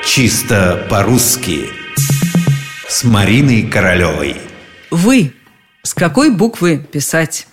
Чисто по-русски с Мариной Королевой. Вы. С какой буквы писать?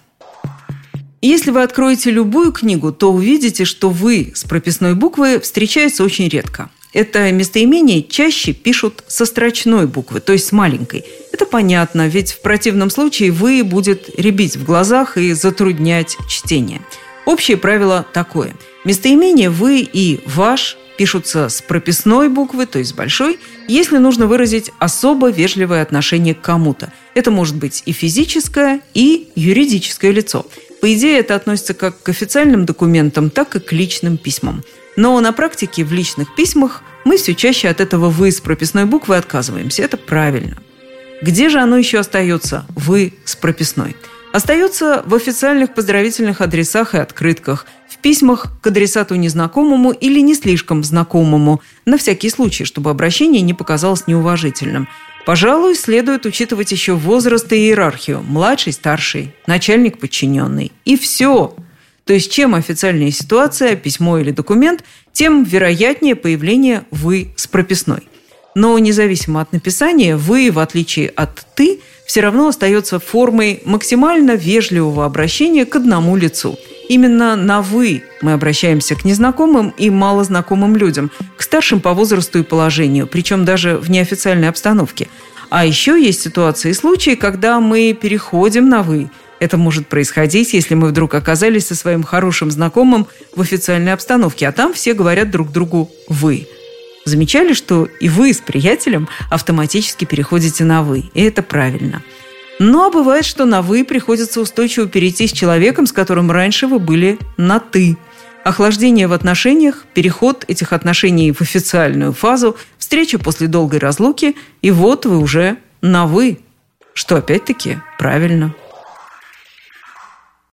Если вы откроете любую книгу, то увидите, что «вы» с прописной буквы встречается очень редко. Это местоимение чаще пишут со строчной буквы, то есть с маленькой. Это понятно, ведь в противном случае «вы» будет рябить в глазах и затруднять чтение. Общее правило такое. Местоимение «вы» и «ваш» пишутся с прописной буквы, то есть с большой, если нужно выразить особо вежливое отношение к кому-то. Это может быть и физическое, и юридическое лицо. По идее, это относится как к официальным документам, так и к личным письмам. Но на практике в личных письмах мы все чаще от этого «вы» с прописной буквы отказываемся. Это правильно. Где же оно еще остается «вы» с прописной? Остается в официальных поздравительных адресах и открытках, в письмах к адресату незнакомому или не слишком знакомому, на всякий случай, чтобы обращение не показалось неуважительным. Пожалуй, следует учитывать еще возраст и иерархию – младший, старший, начальник, подчиненный. И все. То есть, чем официальнее ситуация, письмо или документ, тем вероятнее появление «вы» с прописной. Но независимо от написания, «вы», в отличие от «ты», все равно остается формой максимально вежливого обращения к одному лицу. Именно на «вы» мы обращаемся к незнакомым и малознакомым людям, к старшим по возрасту и положению, причем даже в неофициальной обстановке. А еще есть ситуации и случаи, когда мы переходим на «вы». Это может происходить, если мы вдруг оказались со своим хорошим знакомым в официальной обстановке, а там все говорят друг другу «вы». Замечали, что и вы с приятелем автоматически переходите на «вы», и это правильно. Но бывает, что на «вы» приходится устойчиво перейти с человеком, с которым раньше вы были на «ты». Охлаждение в отношениях, переход этих отношений в официальную фазу, встреча после долгой разлуки, и вот вы уже на «вы», что опять-таки правильно.